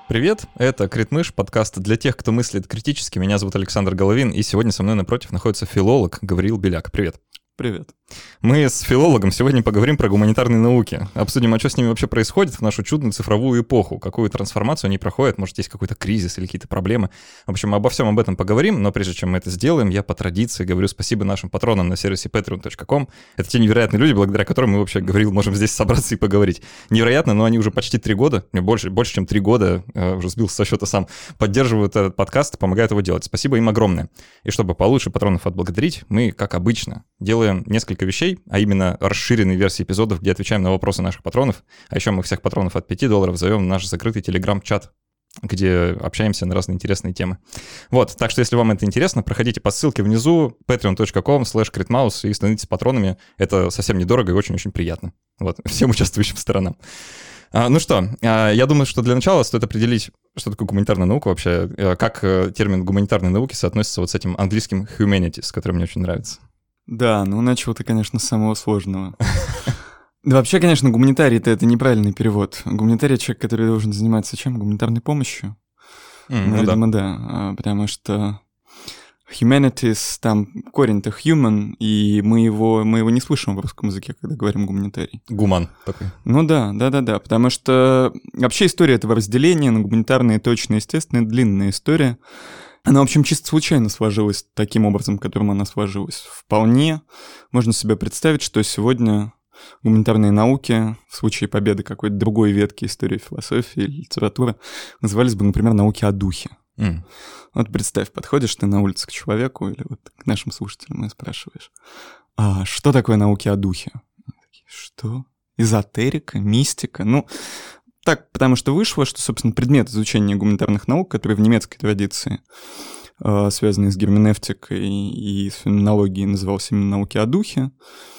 Привет, это Критмыш, подкаст для тех, кто мыслит критически. Меня зовут Александр Головин, и сегодня со мной напротив находится филолог Гавриил Беляк. Привет. Привет. Мы с филологом сегодня поговорим про гуманитарные науки. Обсудим, а что с ними вообще происходит в нашу чудную цифровую эпоху, какую трансформацию они проходят, может, есть какой-то кризис или какие-то проблемы. В общем, обо всем об этом поговорим, но прежде чем мы это сделаем, я по традиции говорю спасибо нашим патронам на сервисе patreon.com. Это те невероятные люди, благодаря которым мы вообще, Гавриил, можем здесь собраться и поговорить. Невероятно, но они уже почти 3 года, больше чем 3 года, уже сбился со счета сам, поддерживают этот подкаст, помогают его делать. Спасибо им огромное. И чтобы получше патронов отблагодарить, мы, как обычно, делаем несколько вещей, а именно расширенные версии эпизодов, где отвечаем на вопросы наших патронов. А еще мы всех патронов от $5 зовем в наш закрытый телеграм-чат, где общаемся на разные интересные темы. Вот, так что если вам это интересно, проходите по ссылке внизу patreon.com/critmouse и становитесь патронами. Это совсем недорого и очень-очень приятно. Вот, всем участвующим сторонам. Ну что, я думаю, что для начала стоит определить, что такое гуманитарная наука вообще, как термин гуманитарной науки соотносится вот с этим английским humanities, который мне очень нравится. Да, ну начал ты, конечно, с самого сложного. Да вообще, конечно, гуманитарий-то это неправильный перевод. Гуманитарий — человек, который должен заниматься чем? Гуманитарной помощью? Видимо, да. Потому что humanities, там корень-то human, и мы его не слышим в русском языке, когда говорим гуманитарий. Гуман такой. Ну да, потому что вообще история этого разделения на гуманитарные, точные, естественные, длинная история. Она, в общем, чисто случайно сложилась таким образом, которым она сложилась. Вполне можно себе представить, что сегодня гуманитарные науки в случае победы какой-то другой ветки истории, философии или литературы назывались бы, например, науки о духе. Вот представь, подходишь ты на улице к человеку или вот к нашим слушателям и спрашиваешь, а что такое науки о духе? Что? Эзотерика, мистика? Ну, так, потому что вышло, что, собственно, предмет изучения гуманитарных наук, который в немецкой традиции, связанный с герменевтикой и с феноменологией, назывался именно науки о духе,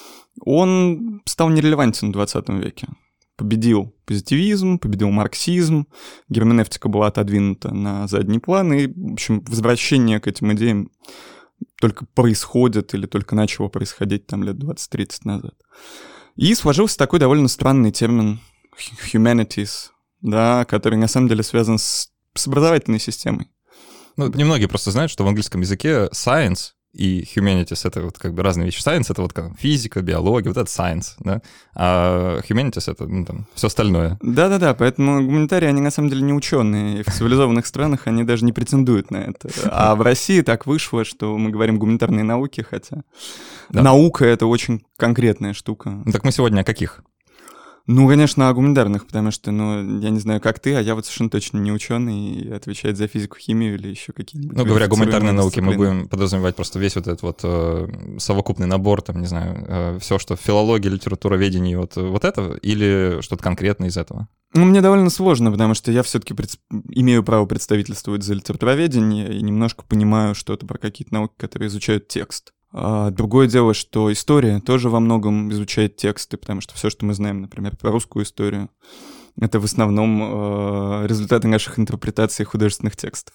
он стал нерелевантен в 20 веке. Победил позитивизм, победил марксизм, герменевтика была отодвинута на задний план, и, в общем, возвращение к этим идеям только происходит или только начало происходить там лет 20-30 назад. И сложился такой довольно странный термин humanities, да, который на самом деле связан с образовательной системой. Ну, немногие просто знают, что в английском языке science и humanities — это вот как бы разные вещи. Science — это вот как физика, биология, вот это science, да, а humanities — это, ну, там, все остальное. Да-да-да, поэтому гуманитарии, они на самом деле не ученые, и в цивилизованных странах они даже не претендуют на это. А в России так вышло, что мы говорим гуманитарные науки, хотя наука — это очень конкретная штука. Ну, так мы сегодня о каких? Ну, конечно, о гуманитарных, потому что, я не знаю, как ты, а я вот совершенно точно не ученый и отвечает за физику, химию или еще какие-нибудь. Ну, говоря о гуманитарной науке, мы будем подразумевать просто весь вот этот вот совокупный набор, там, не знаю, все, что филология, литературоведение, вот это, или что-то конкретное из этого? Ну, мне довольно сложно, потому что я все-таки имею право представительствовать за литературоведение и немножко понимаю что-то про какие-то науки, которые изучают текст. А другое дело, что история тоже во многом изучает тексты, потому что все, что мы знаем, например, про русскую историю, это в основном результаты наших интерпретаций художественных текстов.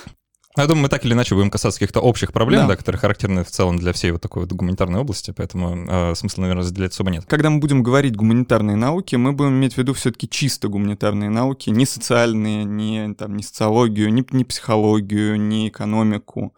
Я думаю, мы так или иначе будем касаться каких-то общих проблем, да, которые характерны в целом для всей вот такой вот гуманитарной области, поэтому смысла, наверное, разделять особо нет. Когда мы будем говорить гуманитарные науки, мы будем иметь в виду все-таки чисто гуманитарные науки, не социальные, не социологию, не психологию, не экономику,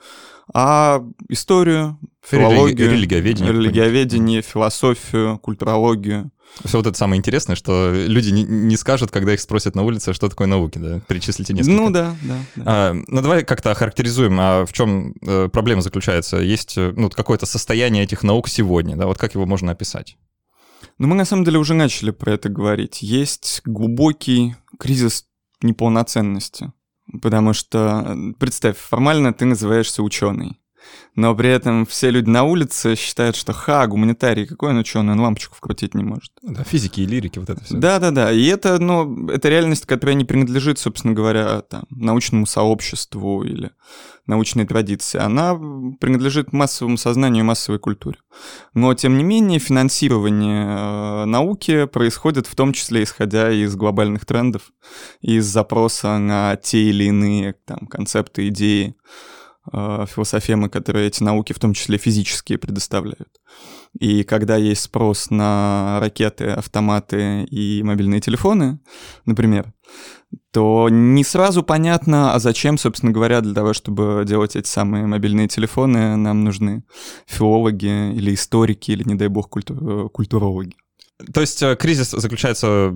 а историю, филологию, религиоведение, философию, культурологию. Все вот это самое интересное, что люди не скажут, когда их спросят на улице, что такое науки, да? Перечислите несколько. Ну да. Ну давай как-то охарактеризуем, в чем проблема заключается. Есть какое-то состояние этих наук сегодня, да? Вот как его можно описать? Ну мы на самом деле уже начали про это говорить. Есть глубокий кризис неполноценности. Потому что, представь, формально ты называешься ученый, но при этом все люди на улице считают, что гуманитарий, какой он ученый, он лампочку вкрутить не может. Да, физики и лирики, вот это все. Да, и это реальность, которая не принадлежит, собственно говоря, научному сообществу или научной традиции. Она принадлежит массовому сознанию и массовой культуре. Но, тем не менее, финансирование науки происходит в том числе исходя из глобальных трендов, из запроса на те или иные концепты, идеи, философемы, которые эти науки, в том числе физические, предоставляют. И когда есть спрос на ракеты, автоматы и мобильные телефоны, например, то не сразу понятно, а зачем, собственно говоря, для того, чтобы делать эти самые мобильные телефоны, нам нужны филологи или историки, или, не дай бог, культурологи. То есть кризис заключается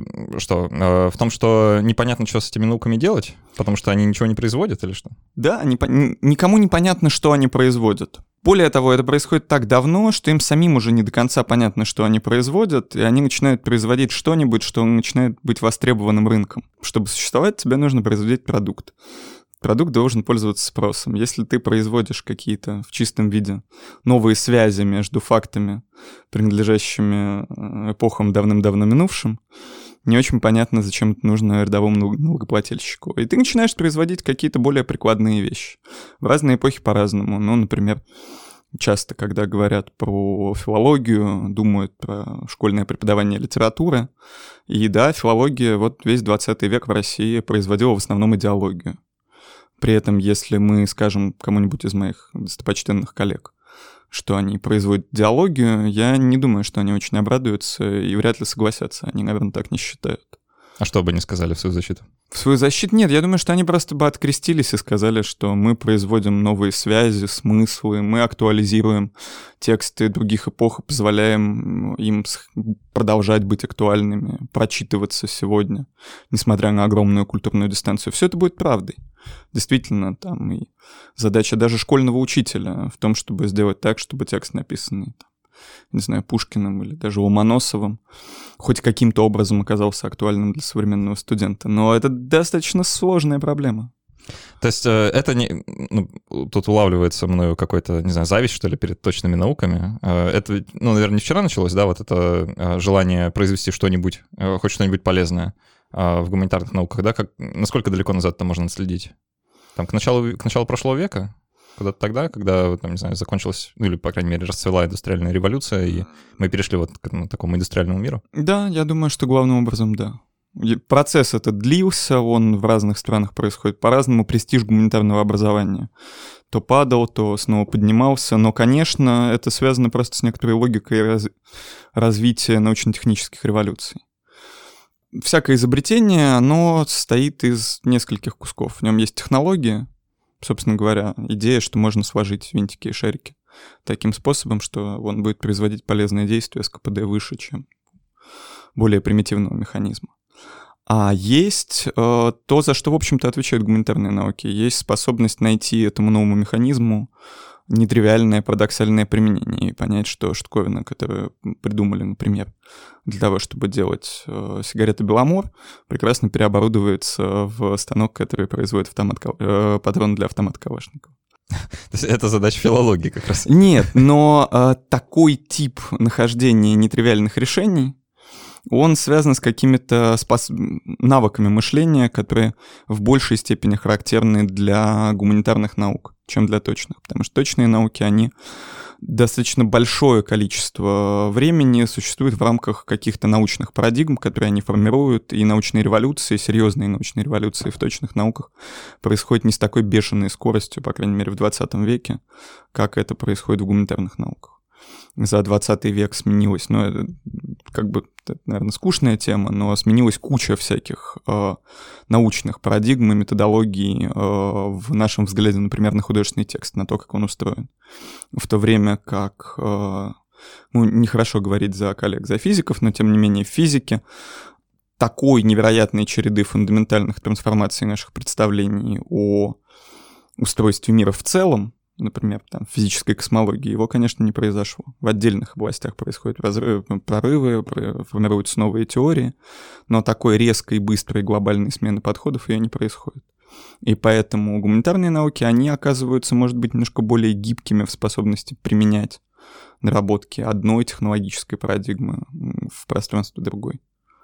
в том, что непонятно, что с этими науками делать, потому что они ничего не производят или что? Да, никому не понятно, что они производят. Более того, это происходит так давно, что им самим уже не до конца понятно, что они производят, и они начинают производить что-нибудь, что начинает быть востребованным рынком. Чтобы существовать, тебе нужно производить продукт. Продукт должен пользоваться спросом. Если ты производишь какие-то в чистом виде новые связи между фактами, принадлежащими эпохам давным-давно минувшим, не очень понятно, зачем это нужно рядовому налогоплательщику. И ты начинаешь производить какие-то более прикладные вещи. В разные эпохи по-разному. Ну, например, часто, когда говорят про филологию, думают про школьное преподавание литературы. И да, филология вот весь 20 век в России производила в основном идеологию. При этом, если мы скажем кому-нибудь из моих достопочтенных коллег, что они производят идеологию, я не думаю, что они очень обрадуются и вряд ли согласятся. Они, наверное, так не считают. А что бы они сказали в свою защиту? В свою защиту нет. Я думаю, что они просто бы открестились и сказали, что мы производим новые связи, смыслы, мы актуализируем тексты других эпох и позволяем им продолжать быть актуальными, прочитываться сегодня, несмотря на огромную культурную дистанцию. Все это будет правдой. Действительно, там и задача даже школьного учителя в том, чтобы сделать так, чтобы текст, написанный не знаю, Пушкиным или даже Ломоносовым, хоть каким-то образом оказался актуальным для современного студента. Но это достаточно сложная проблема. То есть это не... Ну, тут улавливается мною какой-то, не знаю, зависть, что ли, перед точными науками. Это, наверное, не вчера началось, да, вот это желание произвести что-нибудь, хоть что-нибудь полезное в гуманитарных науках, да? Насколько далеко назад это можно отследить? Там к началу прошлого века? Куда-то тогда, когда, там, не знаю, закончилась, ну или, по крайней мере, расцвела индустриальная революция, и мы перешли вот к этому такому индустриальному миру? Да, я думаю, что главным образом, да. Процесс этот длился, он в разных странах происходит по-разному, престиж гуманитарного образования то падал, то снова поднимался, но, конечно, это связано просто с некоторой логикой развития научно-технических революций. Всякое изобретение, оно состоит из нескольких кусков. В нем есть технология, собственно говоря, идея, что можно сложить винтики и шарики таким способом, что он будет производить полезное действие с КПД выше, чем более примитивного механизма. А есть то, за что, в общем-то, отвечают гуманитарные науки. Есть способность найти этому новому механизму нетривиальное парадоксальное применение и понять, что штуковина, которую придумали, например, для того, чтобы делать сигареты Беломор, прекрасно переоборудуется в станок, который производит патрон для автомата Калашникова. То есть это задача филологии как раз. Нет, но такой тип нахождения нетривиальных решений, он связан с какими-то навыками мышления, которые в большей степени характерны для гуманитарных наук, чем для точных. Потому что точные науки, они достаточно большое количество времени существуют в рамках каких-то научных парадигм, которые они формируют, и научные революции, серьезные научные революции в точных науках происходят не с такой бешеной скоростью, по крайней мере, в 20 веке, как это происходит в гуманитарных науках. За 20 век сменилось, это наверное, скучная тема, но сменилась куча всяких научных парадигм и методологий в нашем взгляде, например, на художественный текст, на то, как он устроен. В то время как, нехорошо говорить за коллег, за физиков, но тем не менее в физике такой невероятной череды фундаментальных трансформаций наших представлений о устройстве мира в целом, например, там, в физической космологии, его, конечно, не произошло. В отдельных областях происходят прорывы, формируются новые теории, но такой резкой, быстрой глобальной смены подходов ее не происходит. И поэтому гуманитарные науки, они оказываются, может быть, немножко более гибкими в способности применять наработки одной технологической парадигмы в пространстве другой.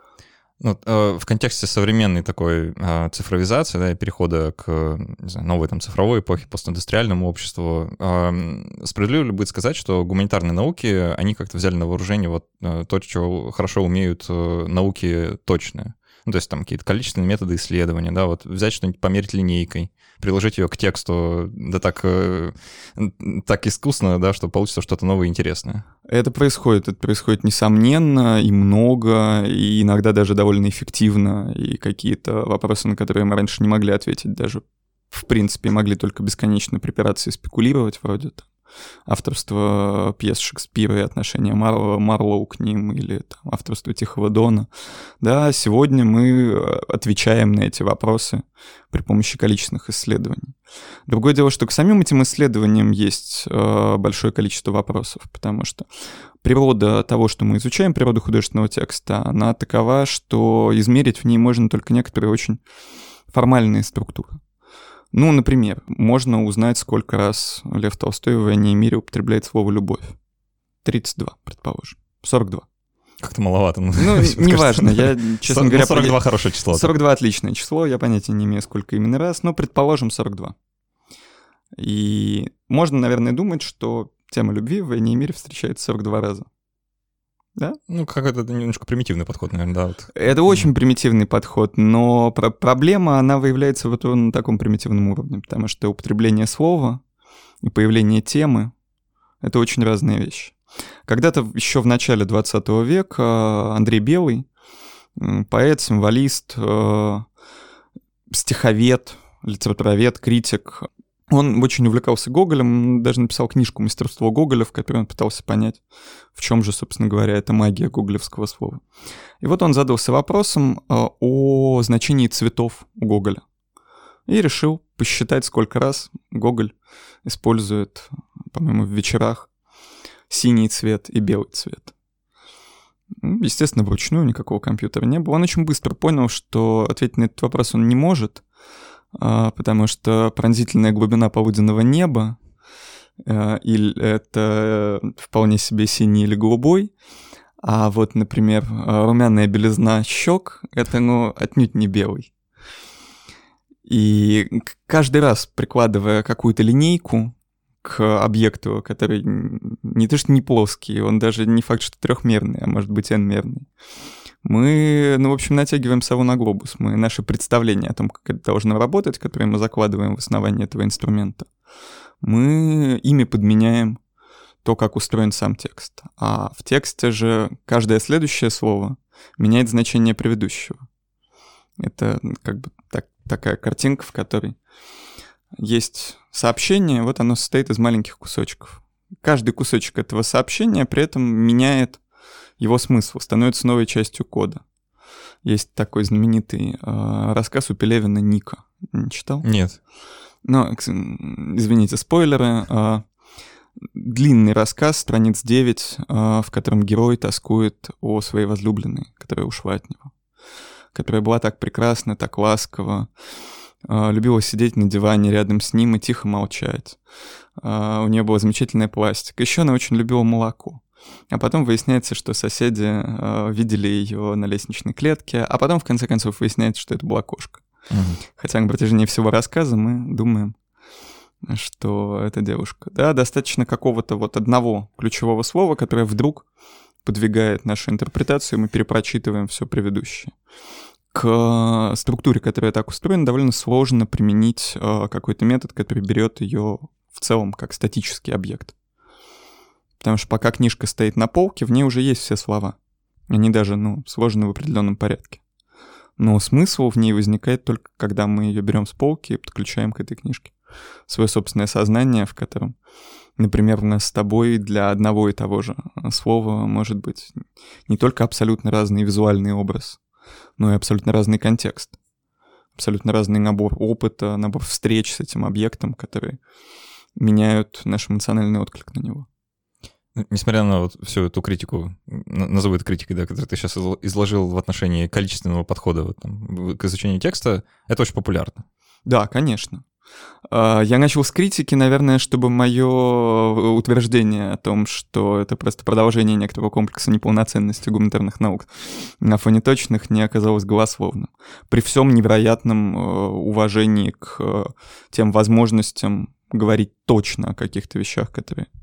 В контексте современной такой цифровизации, да, и перехода к, не знаю, новой там цифровой эпохе, постиндустриальному обществу, справедливо ли будет сказать, что гуманитарные науки, они как-то взяли на вооружение вот то, что хорошо умеют науки точные? Ну, то есть там какие-то количественные методы исследования, да, вот взять что-нибудь, померить линейкой, приложить ее к тексту, да так искусно, да, что получится что-то новое и интересное. Это происходит несомненно и много, и иногда даже довольно эффективно, и какие-то вопросы, на которые мы раньше не могли ответить, даже в принципе могли только бесконечно припираться и спекулировать, вроде там авторство пьес Шекспира и отношения Марлоу к ним, или там, авторство Тихого Дона. Да, сегодня мы отвечаем на эти вопросы при помощи количественных исследований. Другое дело, что к самим этим исследованиям есть большое количество вопросов, потому что природа того, что мы изучаем, природа художественного текста, она такова, что измерить в ней можно только некоторые очень формальные структуры. Ну, например, можно узнать, сколько раз Лев Толстой в «Войне и мире» употребляет слово «любовь». 32, предположим. 42. Как-то маловато. Ну, неважно, я, честно говоря... 42 хорошее число. 42 отличное число, я понятия не имею, сколько именно раз, но, предположим, 42. И можно, наверное, думать, что тема любви в «Войне и мире» встречается 42 раза. Да? Ну, какой-то немножко примитивный подход, наверное, да. Вот. Это очень примитивный подход, но проблема, она выявляется вот на таком примитивном уровне, потому что употребление слова и появление темы — это очень разные вещи. Когда-то еще в начале 20 века Андрей Белый, поэт, символист, стиховед, литературовед, критик, он очень увлекался Гоголем, даже написал книжку «Мастерство Гоголя», в которой он пытался понять, в чем же, собственно говоря, эта магия гоголевского слова. И вот он задался вопросом о значении цветов у Гоголя. И решил посчитать, сколько раз Гоголь использует, по-моему, в вечерах синий цвет и белый цвет. Естественно, вручную, никакого компьютера не было. Он очень быстро понял, что ответить на этот вопрос он не может, потому что пронзительная глубина полуденного неба или это вполне себе синий или голубой, а вот, например, румяная белизна щек — это, отнюдь не белый. И каждый раз, прикладывая какую-то линейку к объекту, который не то что не плоский, он даже не факт, что трехмерный, а может быть n-мерный, мы, в общем, натягиваем сову на глобус. Мы наше представление о том, как это должно работать, которое мы закладываем в основание этого инструмента, мы ими подменяем то, как устроен сам текст. А в тексте же каждое следующее слово меняет значение предыдущего. Это как бы такая картинка, в которой есть сообщение, вот оно состоит из маленьких кусочков. Каждый кусочек этого сообщения при этом меняет его смысл, становится новой частью кода. Есть такой знаменитый рассказ у Пелевина «Ника». Не читал? Нет. Ну, извините, спойлеры. Длинный рассказ, страниц 9, в котором герой тоскует о своей возлюбленной, которая ушла от него, которая была так прекрасна, так ласкова, любила сидеть на диване рядом с ним и тихо молчать. У нее была замечательная пластика. Еще она очень любила молоко. А потом выясняется, что соседи видели ее на лестничной клетке, а потом, в конце концов, выясняется, что это была кошка. Хотя на протяжении всего рассказа мы думаем, что это девушка. Да, достаточно какого-то вот одного ключевого слова, которое вдруг подвигает нашу интерпретацию, и мы перепрочитываем все предыдущее. К структуре, которая так устроена, довольно сложно применить какой-то метод, который берет ее в целом как статический объект. Потому что пока книжка стоит на полке, в ней уже есть все слова. Они даже, сложены в определенном порядке. Но смысл в ней возникает только когда мы ее берем с полки и подключаем к этой книжке свое собственное сознание, в котором, например, у нас с тобой для одного и того же слова может быть не только абсолютно разный визуальный образ, но и абсолютно разный контекст, абсолютно разный набор опыта, набор встреч с этим объектом, которые меняют наш эмоциональный отклик на него. Несмотря на вот всю эту критику, назову это критикой, да, которую ты сейчас изложил в отношении количественного подхода к изучению текста, это очень популярно. Да, конечно. Я начал с критики, наверное, чтобы мое утверждение о том, что это просто продолжение некоторого комплекса неполноценности гуманитарных наук на фоне точных, не оказалось голословным. При всем невероятном уважении к тем возможностям говорить точно о каких-то вещах, которые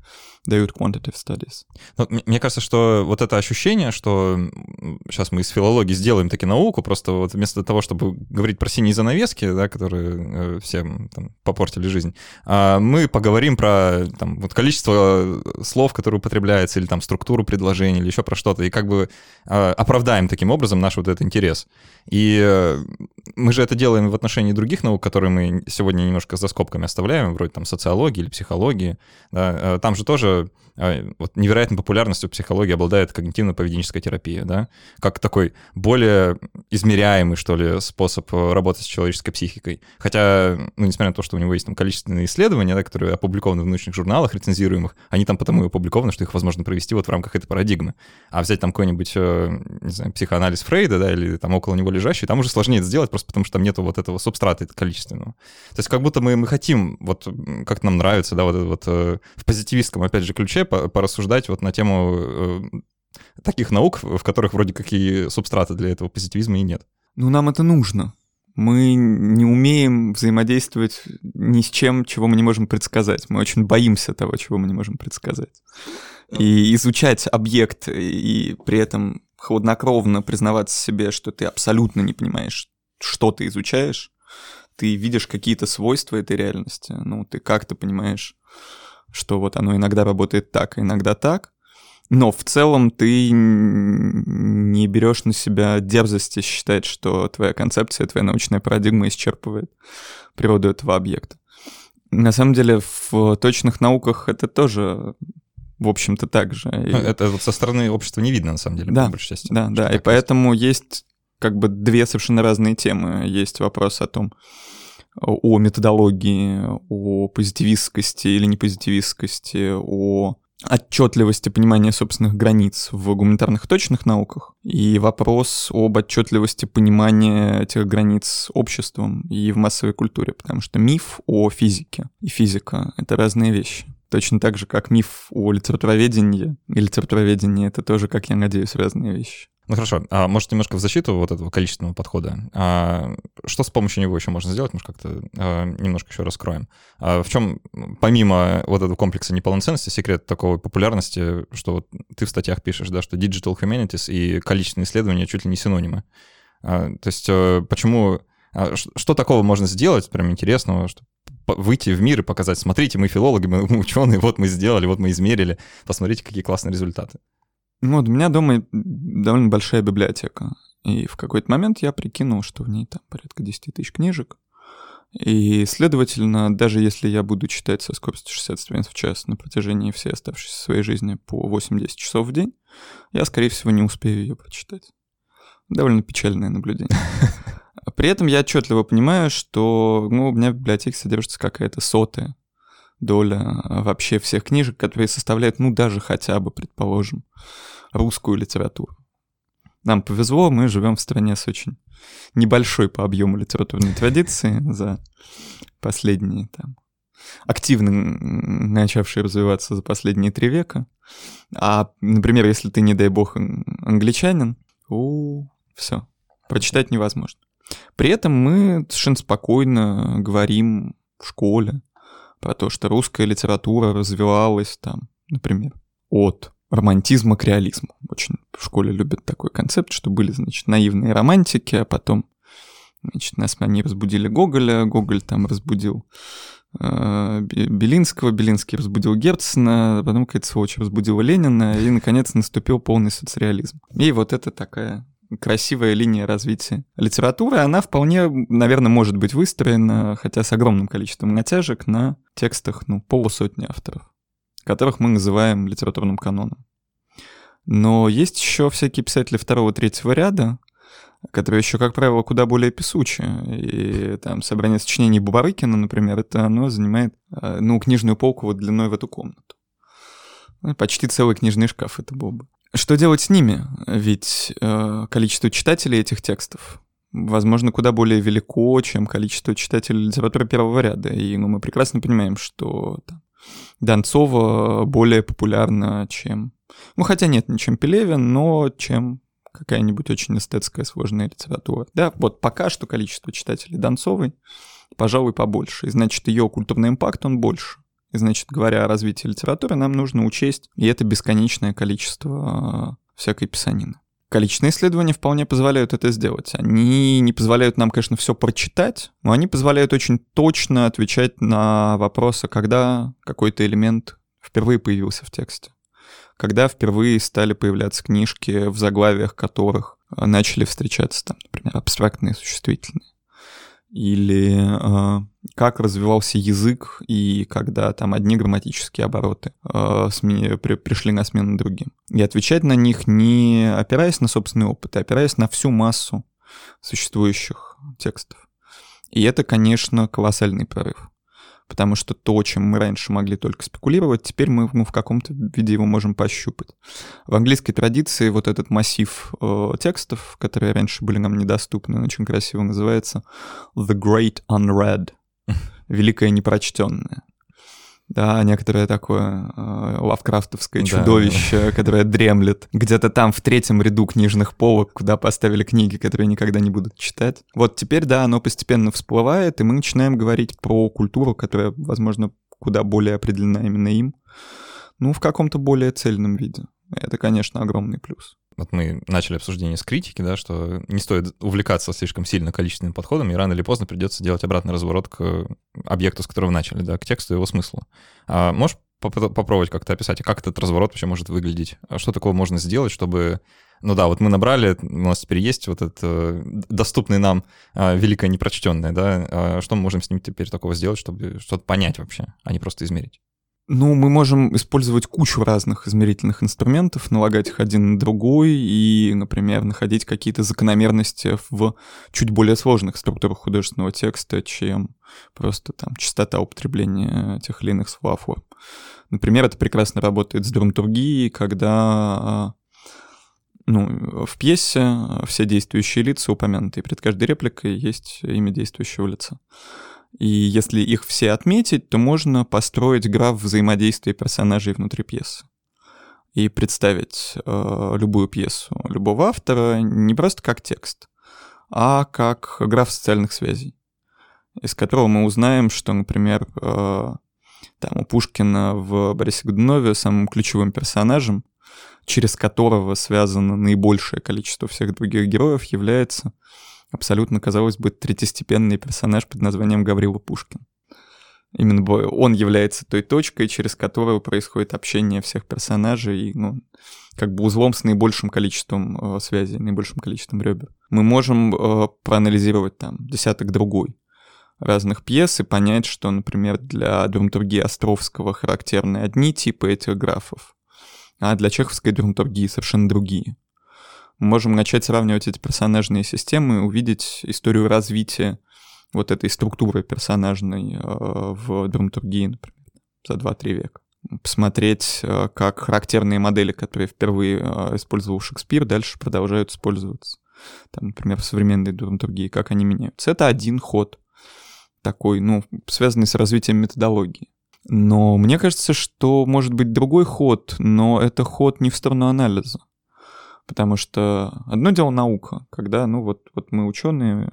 дают quantitative studies. Мне кажется, что вот это ощущение, что сейчас мы из филологии сделаем таки науку, просто вот вместо того, чтобы говорить про синие занавески, да, которые всем там попортили жизнь, мы поговорим про там, вот количество слов, которые употребляются, или там структуру предложений, или еще про что-то, и как бы оправдаем таким образом наш вот этот интерес. И мы же это делаем в отношении других наук, которые мы сегодня немножко за скобками оставляем, вроде там социологии или психологии. Да. Там же тоже вот невероятной популярностью психологии обладает когнитивно-поведенческая терапия, да, как такой более измеряемый, что ли, способ работать с человеческой психикой. Хотя, ну, несмотря на то, что у него есть там количественные исследования, да, которые опубликованы в научных журналах рецензируемых, они там потому и опубликованы, что их возможно провести вот в рамках этой парадигмы. А взять там какой-нибудь, не знаю, психоанализ Фрейда, да, или там около него лежащий, там уже сложнее это сделать, просто потому что там нету вот этого субстрата количественного. То есть как будто мы хотим, вот как нам нравится, да, вот это вот в позитивистском, опять же, ключе порассуждать вот на тему таких наук, в которых вроде какие субстраты для этого позитивизма и нет. Ну, нам это нужно. Мы не умеем взаимодействовать ни с чем, чего мы не можем предсказать. Мы очень боимся того, чего мы не можем предсказать. И изучать объект, и при этом хладнокровно признаваться себе, что ты абсолютно не понимаешь, что ты изучаешь, ты видишь какие-то свойства этой реальности, ну, ты как-то понимаешь, что вот оно иногда работает так, а иногда так, но в целом ты не берешь на себя дерзости считать, что твоя концепция, твоя научная парадигма исчерпывает природу этого объекта. На самом деле в точных науках это тоже, в общем-то, так же. Это вот со стороны общества не видно, на самом деле, да, по большей части. Да, и поэтому есть как бы две совершенно разные темы. Есть вопрос о методологии, о позитивистскости или непозитивистскости, о отчетливости понимания собственных границ в гуманитарных и точных науках, и вопрос об отчетливости понимания этих границ обществом и в массовой культуре, потому что миф о физике и физика — это разные вещи. Точно так же, как миф о литературоведении, и литературоведение — это тоже, как я надеюсь, разные вещи. Ну хорошо, а может немножко в защиту вот этого количественного подхода? Что с помощью него еще можно сделать? Может, как-то немножко еще раскроем. В чем, помимо вот этого комплекса неполноценности, секрет такой популярности, что вот ты в статьях пишешь, да, что digital humanities и количественные исследования чуть ли не синонимы. То есть почему... Что такого можно сделать, прям интересного, чтобы выйти в мир и показать, смотрите, мы филологи, мы ученые, вот мы сделали, вот мы измерили, посмотрите, какие классные результаты. Ну, вот у меня дома довольно большая библиотека, и в какой-то момент я прикинул, что в ней там порядка 10 тысяч книжек, и, следовательно, даже если я буду читать со скоростью 60 страниц в час на протяжении всей оставшейся своей жизни по 8-10 часов в день, я, скорее всего, не успею ее прочитать. Довольно печальное наблюдение. При этом я отчетливо понимаю, что у меня в библиотеке содержится какая-то 100-я доля вообще всех книжек, которые составляют, даже хотя бы, предположим, русскую литературу. Нам повезло, мы живем в стране с очень небольшой по объему литературной традиции за последние, активно начавшие развиваться за последние 3 века. А, например, если ты, не дай бог, англичанин, все, прочитать невозможно. При этом мы совершенно спокойно говорим в школе про то, что русская литература развивалась например, от романтизма к реализму. Очень в школе любят такой концепт, что были, наивные романтики, а потом, они разбудили Гоголя, Гоголь разбудил Белинского, Белинский разбудил Герцена, потом какая-то сволочь разбудила Ленина, и, наконец, наступил полный соцреализм. И вот это такая красивая линия развития литературы, она вполне, наверное, может быть выстроена, хотя с огромным количеством натяжек, на текстах, полусотни авторов, которых мы называем литературным каноном. Но есть еще всякие писатели 2-3 ряда, которые еще, как правило, куда более песучие. И собрание сочинений Бабарыкина, например, оно занимает, книжную полку длиной в эту комнату. Почти целый книжный шкаф это был бы. Что делать с ними? Ведь количество читателей этих текстов, возможно, куда более велико, чем количество читателей литературы 1-го ряда. И мы прекрасно понимаем, что Донцова более популярна, чем... хотя нет, не чем Пелевин, но чем какая-нибудь очень эстетская сложная литература. Да, вот пока что количество читателей Донцовой, пожалуй, побольше. И значит, ее культурный импакт, он больше. И, значит, говоря о развитии литературы, нам нужно учесть и это бесконечное количество всякой писанины. Количественные исследования вполне позволяют это сделать. Они не позволяют нам, конечно, все прочитать, но они позволяют очень точно отвечать на вопросы, когда какой-то элемент впервые появился в тексте, когда впервые стали появляться книжки, в заглавиях которых начали встречаться, там, например, абстрактные существительные, или как развивался язык, и когда там одни грамматические обороты пришли на смену другим. И отвечать на них не опираясь на собственный опыт, а опираясь на всю массу существующих текстов. И это, конечно, колоссальный прорыв. Потому что то, чем мы раньше могли только спекулировать, теперь мы в каком-то виде его можем пощупать. В английской традиции вот этот массив текстов, которые раньше были нам недоступны, он очень красиво называется «The Great Unread», «Великое непрочтенное». Да, некоторое такое лавкрафтовское чудовище, которое дремлет где-то там в третьем ряду книжных полок, куда поставили книги, которые никогда не будут читать. Вот теперь, да, оно постепенно всплывает, и мы начинаем говорить про культуру, которая, возможно, куда более определена именно им, ну, в каком-то более цельном виде. Это, конечно, огромный плюс. Вот мы начали обсуждение с критики, да, что не стоит увлекаться слишком сильно количественным подходом, и рано или поздно придется делать обратный разворот к объекту, с которого начали, да, к тексту и его смыслу. А можешь попробовать как-то описать, как этот разворот вообще может выглядеть? Что такого можно сделать, чтобы... Ну да, вот мы набрали, у нас теперь есть вот это доступный нам великое непрочтенное, да, что мы можем с ним теперь такого сделать, чтобы что-то понять вообще, а не просто измерить? Ну, мы можем использовать кучу разных измерительных инструментов, налагать их один на другой и, например, находить какие-то закономерности в чуть более сложных структурах художественного текста, чем просто там частота употребления тех или иных словоформ. Например, это прекрасно работает с драматургией, когда в пьесе все действующие лица, упомянутые перед каждой репликой, есть имя действующего лица. И если их все отметить, то можно построить граф взаимодействия персонажей внутри пьесы. И представить любую пьесу любого автора не просто как текст, а как граф социальных связей, из которого мы узнаем, что, например, там у Пушкина в «Борисе Годунове» самым ключевым персонажем, через которого связано наибольшее количество всех других героев, является абсолютно, казалось бы, третьестепенный персонаж под названием Гаврила Пушкин. Именно он является той точкой, через которую происходит общение всех персонажей, как бы узлом с наибольшим количеством связей, наибольшим количеством ребер. Мы можем проанализировать там десяток другой разных пьес и понять, что, например, для драматургии Островского характерны одни типы этих графов, а для чеховской драматургии совершенно другие. Мы можем начать сравнивать эти персонажные системы и увидеть историю развития вот этой структуры персонажной в драматургии, например, за 2-3 века. Посмотреть, как характерные модели, которые впервые использовал Шекспир, дальше продолжают использоваться. Там, например, в современной драматургии, как они меняются. Это один ход такой, связанный с развитием методологии. Но мне кажется, что может быть другой ход, но это ход не в сторону анализа. Потому что одно дело наука, когда, мы ученые,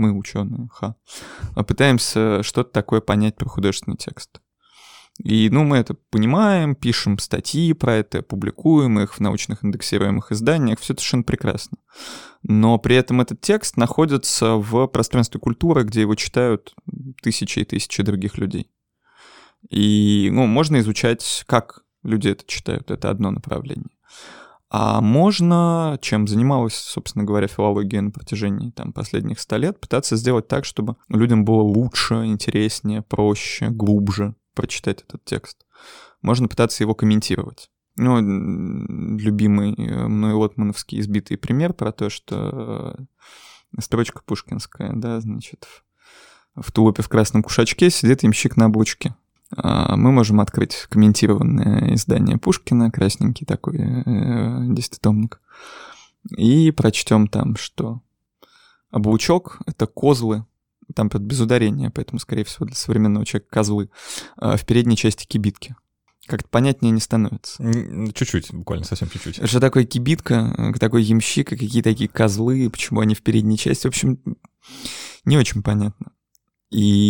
пытаемся что-то такое понять про художественный текст. И, мы это понимаем, пишем статьи про это, публикуем их в научных индексируемых изданиях, все это совершенно прекрасно. Но при этом этот текст находится в пространстве культуры, где его читают тысячи и тысячи других людей. И, можно изучать, как люди это читают, это одно направление. А можно, чем занималась, собственно говоря, филология на протяжении последних 100 лет, пытаться сделать так, чтобы людям было лучше, интереснее, проще, глубже прочитать этот текст. Можно пытаться его комментировать. Любимый мной лотмановский избитый пример про то, что строчка пушкинская, да, значит, в тулупе в красном кушачке сидит ямщик на облучке. Мы можем открыть комментированное издание Пушкина, красненький такой 10-томник, и прочтем там, что облучок — это козлы, там без ударения, поэтому, скорее всего, для современного человека козлы, в передней части кибитки. Как-то понятнее не становится. Чуть-чуть, буквально совсем чуть-чуть. Что такое кибитка, такой ямщик, какие такие козлы, почему они в передней части, в общем, не очень понятно. И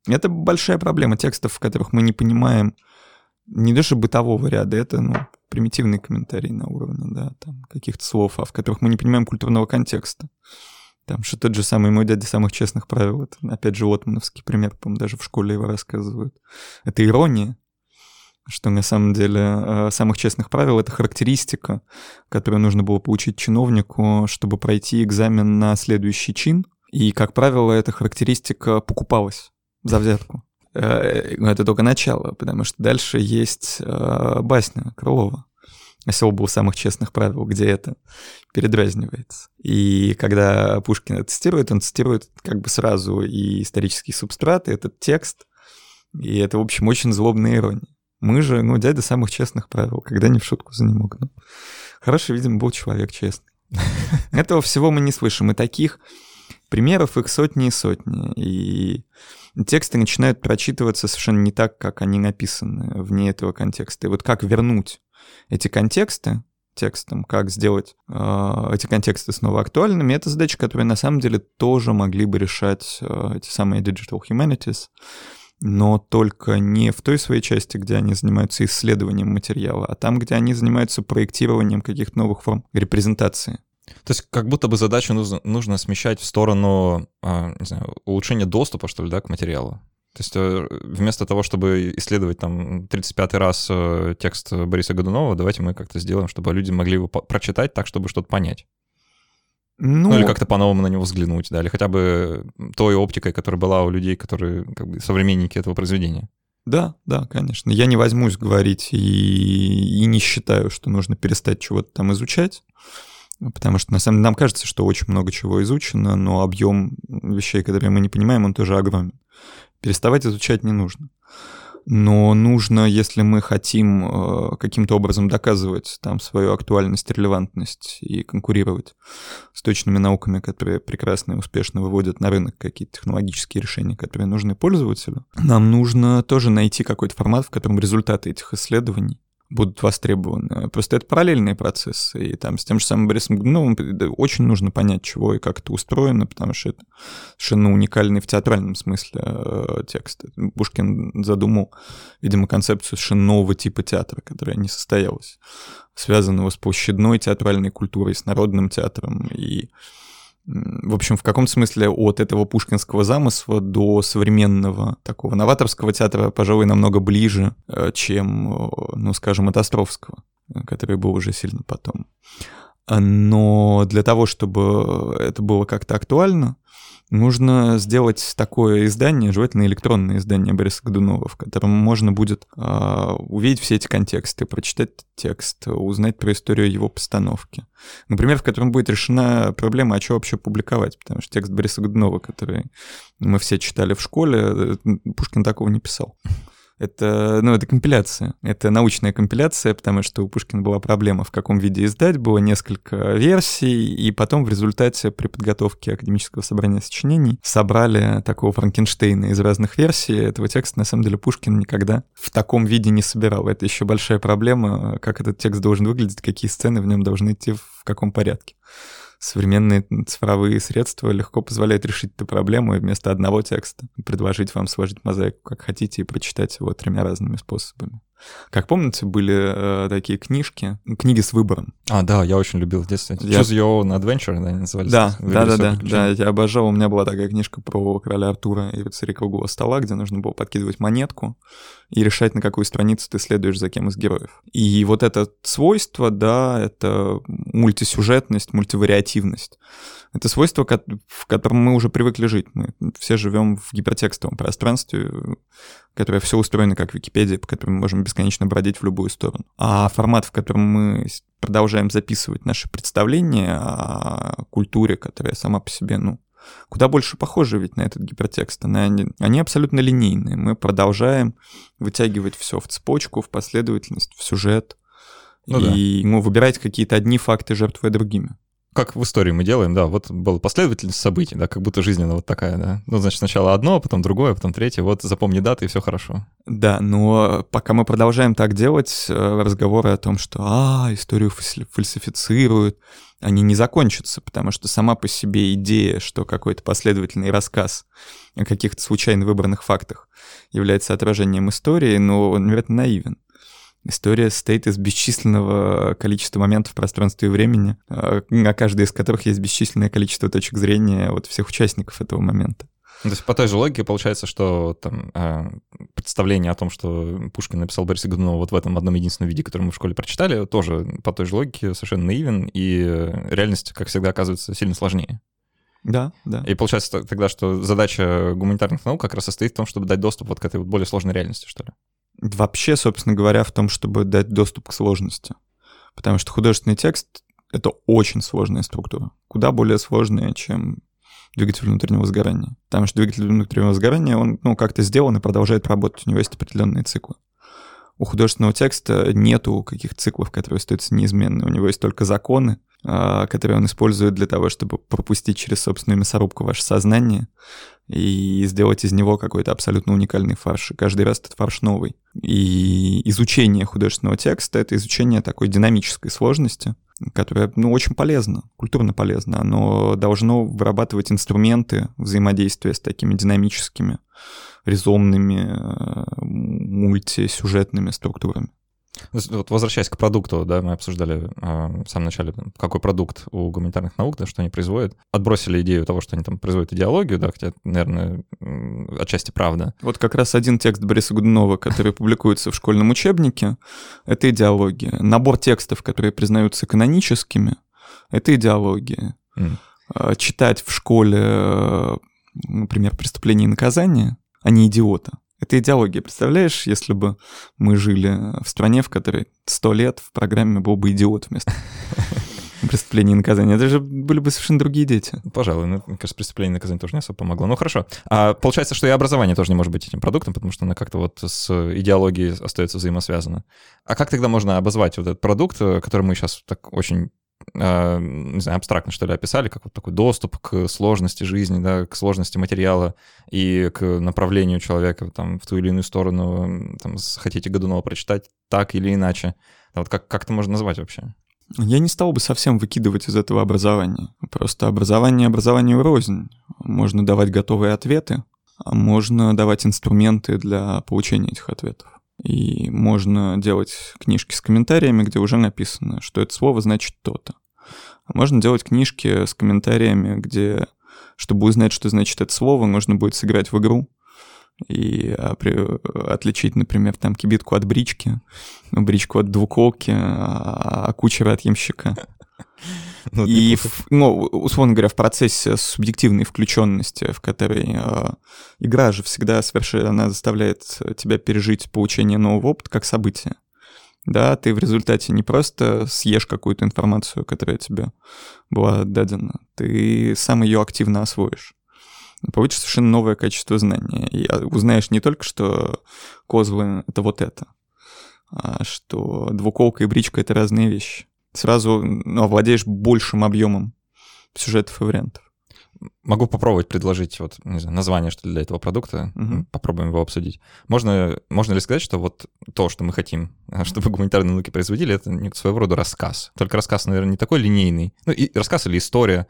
Это большая проблема текстов, в которых мы не понимаем не даже бытового ряда, это примитивный комментарий на уровне, да, там, каких-то слов, а в которых мы не понимаем культурного контекста. Там, что тот же самый «Мой дядя самых честных правил», это, опять же, лотмановский пример, по-моему, даже в школе его рассказывают. Это ирония, что на самом деле самых честных правил — это характеристика, которую нужно было получить чиновнику, чтобы пройти экзамен на следующий чин. И, как правило, эта характеристика покупалась за взятку. Это только начало, потому что дальше есть басня Крылова. «Осел был самых честных правил», где это передразнивается. И когда Пушкин это цитирует, он цитирует как бы сразу и исторические субстраты, этот текст, и это, в общем, очень злобная ирония. Мы же, дядя самых честных правил, когда не в шутку за ним мог. Хороший, видимо, был человек честный. Этого всего мы не слышим, и таких примеров их сотни и сотни. И тексты начинают прочитываться совершенно не так, как они написаны, вне этого контекста. И вот как вернуть эти контексты текстом, как сделать эти контексты снова актуальными, это задача, которую на самом деле тоже могли бы решать эти самые digital humanities, но только не в той своей части, где они занимаются исследованием материала, а там, где они занимаются проектированием каких-то новых форм репрезентации. То есть как будто бы задачу нужно смещать в сторону, не знаю, улучшения доступа, что ли, да, к материалу. То есть вместо того, чтобы исследовать там 35-й раз текст Бориса Годунова, давайте мы как-то сделаем, чтобы люди могли его прочитать так, чтобы что-то понять. Или как-то по-новому на него взглянуть, да, или хотя бы той оптикой, которая была у людей, которые как бы современники этого произведения. Да, конечно. Я не возьмусь говорить и не считаю, что нужно перестать чего-то там изучать, потому что на самом деле нам кажется, что очень много чего изучено, но объем вещей, которые мы не понимаем, он тоже огромен. Переставать изучать не нужно. Но нужно, если мы хотим каким-то образом доказывать там свою актуальность, релевантность и конкурировать с точными науками, которые прекрасно и успешно выводят на рынок какие-то технологические решения, которые нужны пользователю, нам нужно тоже найти какой-то формат, в котором результаты этих исследований будут востребованы. Просто это параллельные процессы. И там с тем же самым Борисом Годуновым очень нужно понять, чего и как это устроено, потому что это совершенно уникальный в театральном смысле текст. Пушкин задумал, видимо, концепцию совершенно нового типа театра, которая не состоялась, связанного с площадной театральной культурой, с народным театром. И, в общем, в каком смысле от этого пушкинского замысла до современного такого новаторского театра, пожалуй, намного ближе, чем, скажем, от Островского, который был уже сильно потом. Но для того, чтобы это было как-то актуально, нужно сделать такое издание, желательно электронное издание Бориса Годунова, в котором можно будет увидеть все эти контексты, прочитать текст, узнать про историю его постановки. Например, в котором будет решена проблема, а что вообще публиковать, потому что текст Бориса Годунова, который мы все читали в школе, Пушкин такого не писал. Это компиляция, это научная компиляция, потому что у Пушкина была проблема, в каком виде издать, было несколько версий, и потом в результате при подготовке академического собрания сочинений собрали такого Франкенштейна из разных версий. Этого текста, на самом деле, Пушкин никогда в таком виде не собирал. Это еще большая проблема, как этот текст должен выглядеть, какие сцены в нем должны идти, в каком порядке. Современные цифровые средства легко позволяют решить эту проблему и вместо одного текста предложить вам сложить мозаику, как хотите, и прочитать его 3 разными способами. Как помните, были такие книги с выбором. Да, я очень любил в детстве. Choose Your Own Adventure, да, они назывались? Да, я обожал. У меня была такая книжка про короля Артура и рыцаря круглого стола, где нужно было подкидывать монетку и решать, на какую страницу ты следуешь за кем из героев. И вот это свойство, да, это мультисюжетность, мультивариативность. Это свойство, в котором мы уже привыкли жить. Мы все живем в гипертекстовом пространстве, которое все устроено как Википедия, по которой мы можем бесконечно бродить в любую сторону. А формат, в котором мы продолжаем записывать наши представления о культуре, которая сама по себе, куда больше похожи ведь на этот гипертекст. Они абсолютно линейные. Мы продолжаем вытягивать все в цепочку, в последовательность, в сюжет. Выбирать какие-то одни факты, жертвуя другими. как в истории мы делаем, да, вот была последовательность событий, да, как будто жизнь она вот такая, да. Ну, значит, сначала одно, потом другое, потом третье, вот запомни даты, и все хорошо. Да, но пока мы продолжаем так делать, разговоры о том, что историю фальсифицируют, они не закончатся, потому что сама по себе идея, что какой-то последовательный рассказ о каких-то случайно выбранных фактах является отражением истории, но он, вероятно, наивен. История состоит из бесчисленного количества моментов в пространстве и времени, на каждой из которых есть бесчисленное количество точек зрения от всех участников этого момента. То есть по той же логике получается, что там представление о том, что Пушкин написал Бориса Годунова вот в этом одном единственном виде, который мы в школе прочитали, тоже по той же логике совершенно наивен, и реальность, как всегда, оказывается сильно сложнее. Да, да. И получается тогда, что задача гуманитарных наук как раз состоит в том, чтобы дать доступ вот к этой вот более сложной реальности, что ли? Вообще, собственно говоря, в том, чтобы дать доступ к сложности. Потому что художественный текст — это очень сложная структура. Куда более сложная, чем двигатель внутреннего сгорания. Потому что двигатель внутреннего сгорания, он как-то сделан и продолжает работать. У него есть определенные циклы. У художественного текста нету каких-то циклов, которые остаются неизменны. У него есть только законы, которые он использует для того, чтобы пропустить через собственную мясорубку ваше сознание и сделать из него какой-то абсолютно уникальный фарш. И каждый раз этот фарш новый. И изучение художественного текста — это изучение такой динамической сложности, которая, очень полезна, культурно полезна. Оно должно вырабатывать инструменты взаимодействия с такими динамическими, ризомными, мультисюжетными структурами. Вот возвращаясь к продукту, да, мы обсуждали в самом начале, какой продукт у гуманитарных наук, да, что они производят. Отбросили идею того, что они там производят идеологию, да, хотя, наверное, отчасти правда. Вот как раз один текст Бориса Годунова, который публикуется в школьном учебнике, это идеология. Набор текстов, которые признаются каноническими, это идеология. Читать в школе, например, «Преступление и наказание», а не «Идиота». Это идеология. Представляешь, если бы мы жили в стране, в которой 100 лет в программе был бы «Идиот» вместо «Преступления и наказания». Это же были бы совершенно другие дети. Пожалуй, мне кажется, «Преступление и наказание» тоже не особо помогло. Ну, хорошо. А получается, что и образование тоже не может быть этим продуктом, потому что оно как-то вот с идеологией остается взаимосвязано. А как тогда можно обозвать вот этот продукт, который мы сейчас так очень, не знаю, абстрактно, что ли, описали, как вот такой доступ к сложности жизни, да, к сложности материала и к направлению человека там, в ту или иную сторону, там, хотите Годунова прочитать так или иначе. Да, вот как это можно назвать вообще? Я не стал бы совсем выкидывать из этого образования. Просто образованию рознь. Можно давать готовые ответы, а можно давать инструменты для получения этих ответов. И можно делать книжки с комментариями, где уже написано, что это слово значит то-то. А можно делать книжки с комментариями, где, чтобы узнать, что значит это слово, нужно будет сыграть в игру и отличить, например, там кибитку от брички, бричку от двуколки, а кучера от ямщика. И, условно говоря, в процессе субъективной включенности, в которой игра же всегда она заставляет тебя пережить получение нового опыта как событие. Да, ты в результате не просто съешь какую-то информацию, которая тебе была дадена, ты сам ее активно освоишь. Получишь совершенно новое качество знания. И узнаешь не только, что козлы — это вот это, а что двуколка и бричка — это разные вещи. Сразу овладеешь большим объемом сюжетов и вариантов. Могу попробовать предложить вот, не знаю, название, что ли, для этого продукта. Попробуем его обсудить. Можно ли сказать, что вот то, что мы хотим, чтобы гуманитарные науки производили, это своего рода рассказ. Только рассказ, наверное, не такой линейный. И рассказ или история,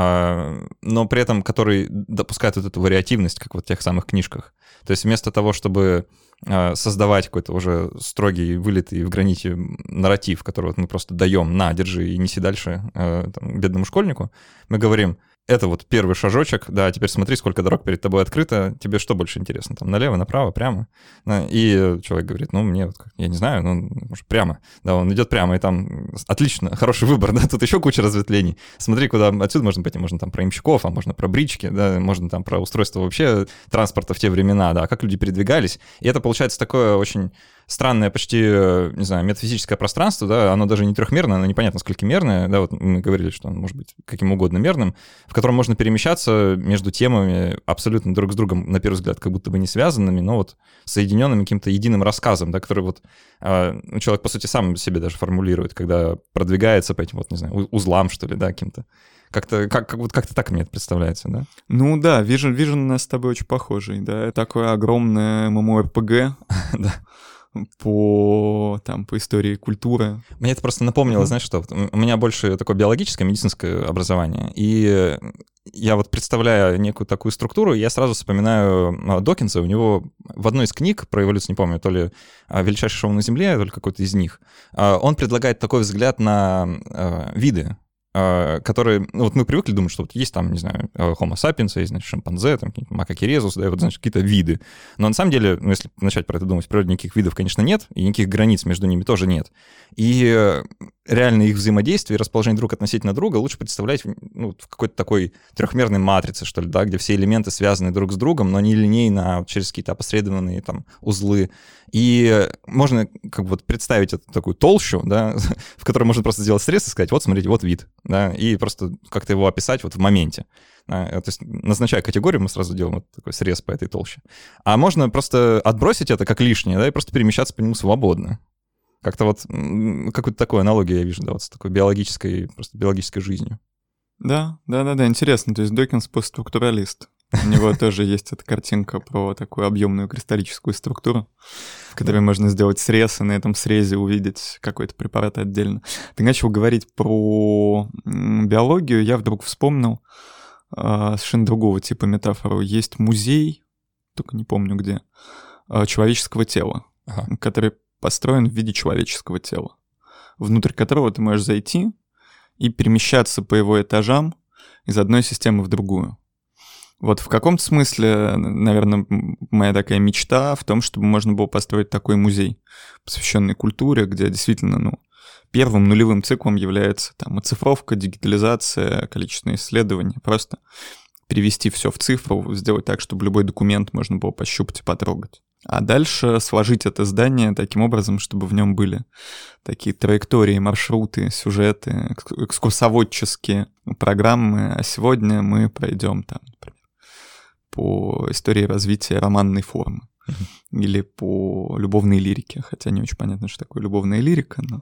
но при этом который допускает вот эту вариативность, как вот в тех самых книжках. То есть вместо того, чтобы создавать какой-то уже строгий, вылитый в граните нарратив, который вот мы просто даем, на, держи и неси дальше бедному школьнику, мы говорим: это вот первый шажочек, да, теперь смотри, сколько дорог перед тобой открыто, тебе что больше интересно, там, налево, направо, прямо? И человек говорит: мне, я не знаю, может, прямо. Да, он идет прямо, и там отлично, хороший выбор, да, тут еще куча разветвлений. Смотри, куда отсюда можно пойти, можно там про ямщиков, а можно про брички, да, можно там про устройство вообще транспорта в те времена, да, как люди передвигались. И это получается такое очень странное почти, не знаю, метафизическое пространство, да, оно даже не трехмерное, оно непонятно сколькимерное, да, вот мы говорили, что оно может быть каким угодно мерным, в котором можно перемещаться между темами абсолютно друг с другом, на первый взгляд, как будто бы не связанными, но вот соединенными каким-то единым рассказом, да, который вот человек, по сути, сам себе даже формулирует, когда продвигается по этим, вот, не знаю, узлам, что ли, да, каким-то. Как-то так мне это представляется, да? Ну да, Vision у нас с тобой очень похожий, да, такое огромное MMORPG по истории культуры. Мне это просто напомнило, знаешь что, у меня больше такое биологическое, медицинское образование, и я вот представляю некую такую структуру, я сразу вспоминаю Докинса, у него в одной из книг про эволюцию, не помню, то ли «Величайшее шоу на Земле», то ли какой-то из них, он предлагает такой взгляд на виды, которые, ну, вот мы привыкли думать, что вот есть там, не знаю, Homo sapiens, есть, значит, шимпанзе, там, макаки резус, да, вот, значит, какие-то виды. Но на самом деле, ну, если начать про это думать, в природе никаких видов, конечно, нет, и никаких границ между ними тоже нет. И реально их взаимодействие и расположение друг относительно друга лучше представлять, ну, в какой-то такой трехмерной матрице, что ли, да, где все элементы связаны друг с другом, но не линейно, а через какие-то опосредованные там узлы. И можно как бы вот представить эту такую толщу, да, в которой можно просто сделать срез и сказать, вот, смотрите, вот вид, да, и просто как-то его описать вот в моменте. То есть, назначая категорию, мы сразу делаем вот такой срез по этой толще. А можно просто отбросить это как лишнее, да, и просто перемещаться по нему свободно. Как-то вот какую-то такую аналогию я вижу, да, вот с такой биологической жизнью. Да, интересно. То есть Докинс постструктуралист. У него тоже есть эта картинка про такую объемную кристаллическую структуру, в которой можно сделать срез, и на этом срезе увидеть какой-то препарат отдельно. Ты начал говорить про биологию, я вдруг вспомнил совершенно другого типа метафору. Есть музей, только не помню где, человеческого тела, который построен в виде человеческого тела, внутрь которого ты можешь зайти и перемещаться по его этажам из одной системы в другую. Вот в каком-то смысле, наверное, моя такая мечта в том, чтобы можно было построить такой музей, посвященный культуре, где действительно, ну, первым нулевым циклом является там оцифровка, дигитализация, количественные исследования, просто перевести все в цифру, сделать так, чтобы любой документ можно было пощупать и потрогать. А дальше сложить это здание таким образом, чтобы в нем были такие траектории, маршруты, сюжеты, экскурсоводческие программы. А сегодня мы пройдем там, например, по истории развития романной формы или по любовной лирике, хотя не очень понятно, что такое любовная лирика. Но...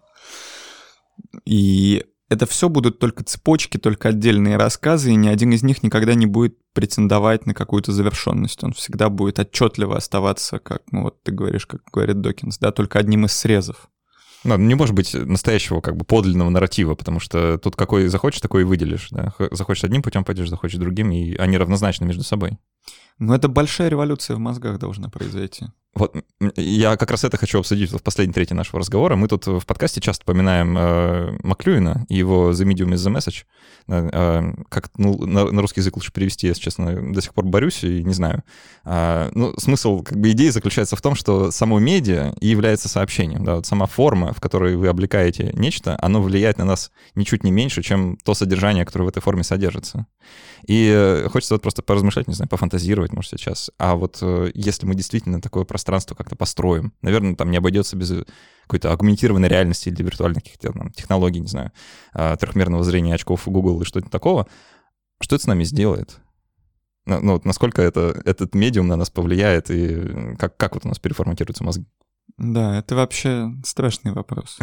И это все будут только цепочки, только отдельные рассказы, и ни один из них никогда не будет претендовать на какую-то завершенность. Он всегда будет отчетливо оставаться, как, ну вот ты говоришь, как говорит Докинс, да, только одним из срезов. Ну, не может быть настоящего как бы подлинного нарратива, потому что тут какой захочешь, такой и выделишь. Да? Захочешь одним путем пойдешь, захочешь другим, и они равнозначны между собой. Но это большая революция в мозгах должна произойти. Вот я как раз это хочу обсудить в последней трети нашего разговора. Мы тут в подкасте часто поминаем Маклюина и его «The Medium is the Message». Как на русский язык лучше перевести, если честно, до сих пор борюсь и не знаю. Ну, смысл как бы идеи заключается в том, что само медиа и является сообщением. Да? Вот сама форма, в которой вы облекаете нечто, оно влияет на нас ничуть не меньше, чем то содержание, которое в этой форме содержится. И хочется вот просто поразмышлять, не знаю, пофантазировать, может, сейчас. А вот если мы действительно такое пространство как-то построим, наверное, там не обойдется без какой-то агментированной реальности или виртуальных каких-то там технологий, не знаю, трехмерного зрения, очков Google и что-то такого. Что это с нами сделает? Ну, вот насколько этот медиум на нас повлияет и как вот у нас переформатируются мозги? Да, это вообще страшный вопрос.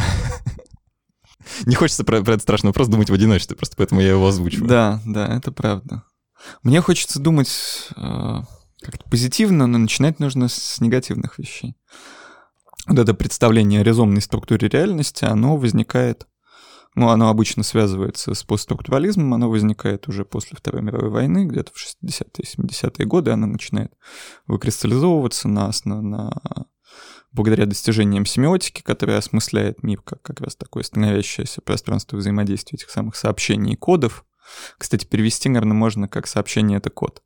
Не хочется про этот страшный вопрос думать в одиночестве, просто поэтому я его озвучиваю. Да, это правда. Мне хочется думать как-то позитивно, но начинать нужно с негативных вещей. Вот это представление о резонной структуре реальности, оно возникает, ну, оно обычно связывается с постструктурализмом, оно возникает уже после Второй мировой войны, где-то в 60-е, 70-е годы, оно начинает выкристаллизовываться благодаря достижениям семиотики, которая осмысляет мир как раз такое становящееся пространство взаимодействия этих самых сообщений и кодов. Кстати, перевести, наверное, можно как «сообщение — это код».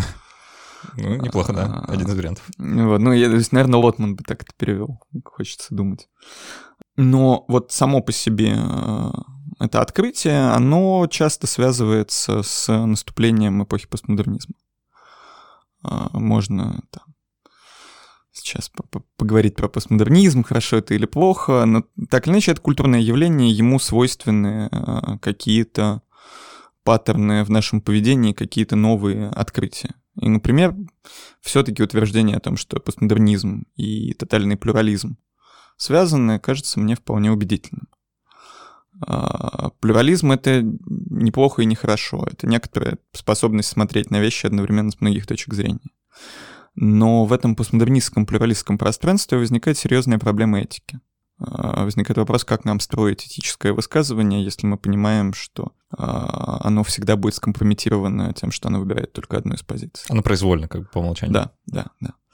Ну, неплохо, да, один из вариантов. Вот, ну, наверное, Лотман бы так это перевел, хочется думать. Но вот само по себе это открытие, оно часто связывается с наступлением эпохи постмодернизма. Можно там сейчас поговорить про постмодернизм, хорошо это или плохо, но так или иначе это культурное явление, ему свойственны какие-то паттерны в нашем поведении, какие-то новые открытия. И, например, все-таки утверждение о том, что постмодернизм и тотальный плюрализм связаны, кажется мне вполне убедительным. Плюрализм — это неплохо и нехорошо. Это некоторая способность смотреть на вещи одновременно с многих точек зрения. Но в этом постмодернистском плюралистском пространстве возникает серьезная проблема этики. Возникает вопрос, как нам строить этическое высказывание, если мы понимаем, что оно всегда будет скомпрометировано тем, что оно выбирает только одну из позиций. Оно произвольно, как бы по умолчанию. Да.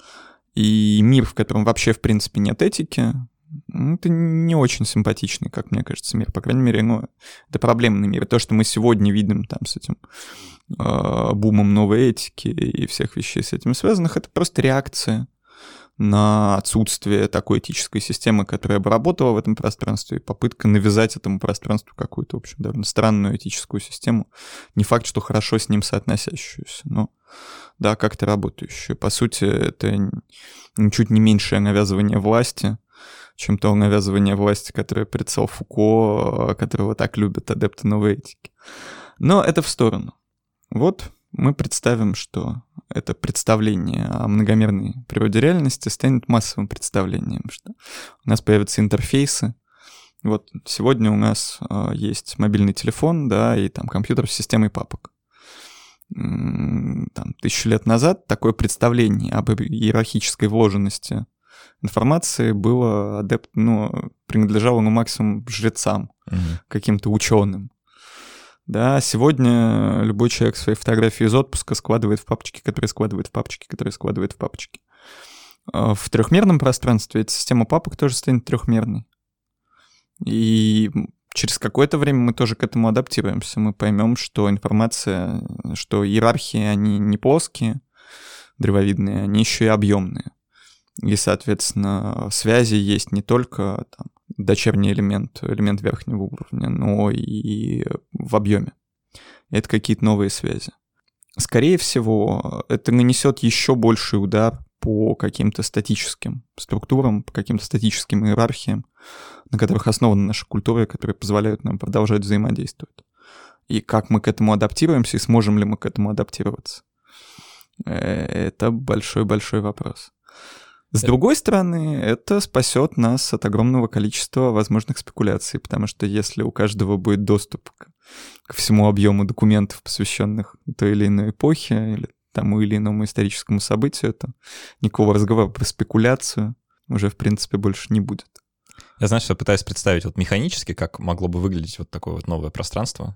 И мир, в котором вообще, в принципе, нет этики, это не очень симпатичный, как мне кажется, мир. По крайней мере, это проблемный мир. И то, что мы сегодня видим там с этим бумом новой этики и всех вещей с этим связанных, это просто реакция на отсутствие такой этической системы, которая бы работала в этом пространстве, и попытка навязать этому пространству какую-то, в общем, довольно странную этическую систему. Не факт, что хорошо с ним соотносящуюся, но да, как-то работающую. По сути, это ничуть не меньшее навязывание власти, чем то навязывание власти, которое предписал Фуко, которого так любят адепты новой этики. Но это в сторону. Вот мы представим, что это представление о многомерной природе реальности станет массовым представлением, что у нас появятся интерфейсы. Вот сегодня у нас есть мобильный телефон, да, и там компьютер с системой папок. Там 1000 лет назад такое представление об иерархической вложенности информации было принадлежало максимум жрецам, каким-то ученым. Да, сегодня любой человек свои фотографии из отпуска складывает в папочки, которые складывает в папочки, которые складывает в папочки. В трехмерном пространстве эта система папок тоже станет трехмерной. И через какое-то время мы тоже к этому адаптируемся. Мы поймем, что информация, что иерархии, они не плоские, древовидные, они еще и объемные. И, соответственно, связи есть не только там дочерний элемент верхнего уровня, но и в объеме. Это какие-то новые связи. Скорее всего, это нанесет еще больший удар по каким-то статическим структурам, по каким-то статическим иерархиям, на которых основана наша культура, которые позволяют нам продолжать взаимодействовать. И как мы к этому адаптируемся, и сможем ли мы к этому адаптироваться, это большой-большой вопрос. С другой стороны, это спасет нас от огромного количества возможных спекуляций, потому что если у каждого будет доступ к всему объему документов, посвященных той или иной эпохе, или тому или иному историческому событию, то никакого разговора про спекуляцию уже, в принципе, больше не будет. Я, знаешь, что пытаюсь представить вот механически, как могло бы выглядеть вот такое вот новое пространство.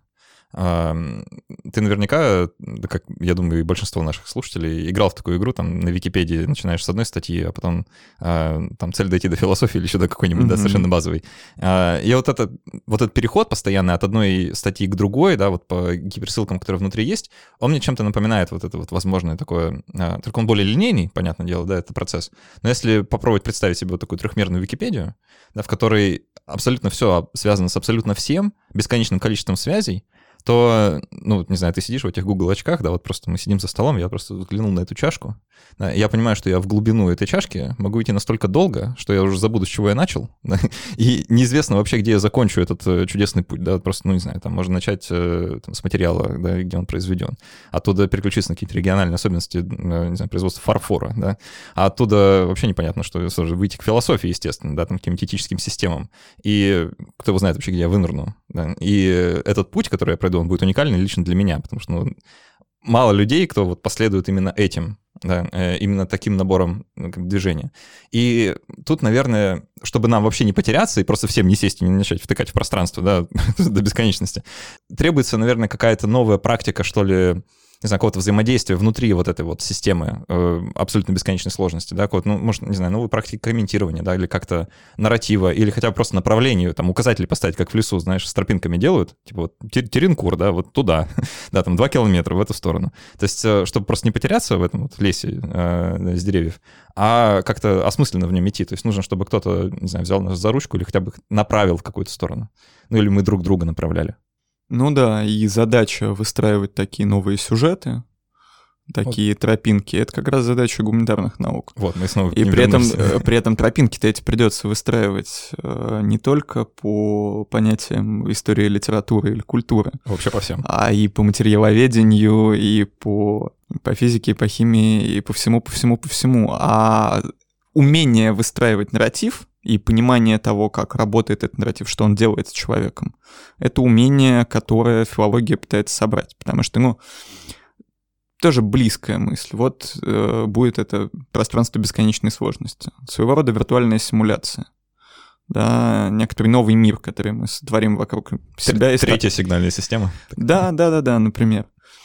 Ты наверняка, как я думаю, и большинство наших слушателей, играл в такую игру, там на Википедии начинаешь с одной статьи, а потом там цель дойти до философии или еще до какой-нибудь, да, совершенно базовой. И вот этот переход постоянный от одной статьи к другой, да, вот по гиперссылкам, которые внутри есть, он мне чем-то напоминает вот это вот возможное такое, только он более линейный, понятное дело, да, это процесс. Но если попробовать представить себе вот такую трехмерную Википедию, да, в которой абсолютно все связано с абсолютно всем, бесконечным количеством связей, то, не знаю, ты сидишь в этих Google очках, да, вот просто мы сидим за столом, я просто взглянул на эту чашку, да, я понимаю, что я в глубину этой чашки могу идти настолько долго, что я уже забуду, с чего я начал, да, и неизвестно вообще, где я закончу этот чудесный путь, да, просто, не знаю, там можно начать с материала, да, где он произведен, оттуда переключиться на какие-то региональные особенности, не знаю, производства фарфора, да, а оттуда вообще непонятно, что выйти к философии, естественно, да, там, к каким-то этическим системам, и кто его знает вообще, где я вынырну, да, и этот путь, который я пройду, он будет уникальный лично для меня, потому что мало людей, кто вот последует именно этим, да, именно таким набором движения. И тут, наверное, чтобы нам вообще не потеряться и просто всем не сесть и не начать втыкать в пространство, да, до бесконечности, требуется, наверное, какая-то новая практика, что ли, не знаю, какого-то взаимодействия внутри вот этой вот системы абсолютно бесконечной сложности, да, может, не знаю, новые практики комментирования, да, или как-то нарратива, или хотя бы просто направлению, там, указатели поставить, как в лесу, знаешь, с тропинками делают, типа вот Теренкур, да, вот туда, да, там 2 километра в эту сторону. То есть, чтобы просто не потеряться в этом вот лесе из деревьев, а как-то осмысленно в нем идти. То есть нужно, чтобы кто-то, не знаю, взял нас за ручку или хотя бы направил в какую-то сторону. Или мы друг друга направляли. Ну да, и задача выстраивать такие новые сюжеты, такие тропинки. Это как раз задача гуманитарных наук. Вот, мы снова и при этом тропинки-то эти придется выстраивать не только по понятиям истории, литературы или культуры. Вообще по всем. А и по материаловедению, и по физике, и по химии, и по всему. А умение выстраивать нарратив и понимание того, как работает этот нарратив, что он делает с человеком, это умение, которое филология пытается собрать. Потому что, тоже близкая мысль. Вот будет это пространство бесконечной сложности. Своего рода виртуальная симуляция. Да, некоторый новый мир, который мы сотворим вокруг себя. Третья сигнальная система. Да, например.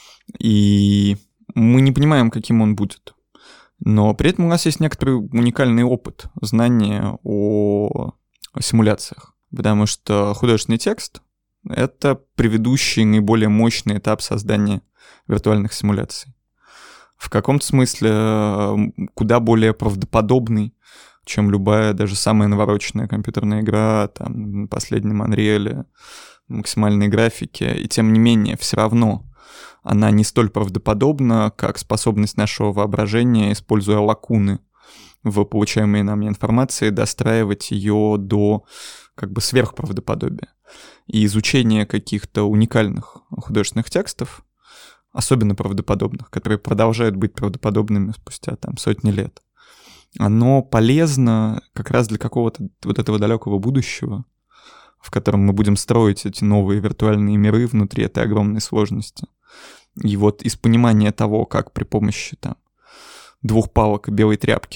И мы не понимаем, каким он будет. Но при этом у нас есть некоторый уникальный опыт, знания о симуляциях. Потому что художественный текст — это предыдущий наиболее мощный этап создания виртуальных симуляций. В каком-то смысле куда более правдоподобный, чем любая, даже самая навороченная компьютерная игра, там, на последнем Unreal, максимальной графике. И тем не менее, все равно она не столь правдоподобна, как способность нашего воображения, используя лакуны в получаемой нами информации, достраивать ее до сверхправдоподобия. И изучение каких-то уникальных художественных текстов, особенно правдоподобных, которые продолжают быть правдоподобными спустя сотни лет, оно полезно как раз для какого-то вот этого далекого будущего, в котором мы будем строить эти новые виртуальные миры внутри этой огромной сложности. И вот из понимания того, как при помощи 2 палок и белой тряпки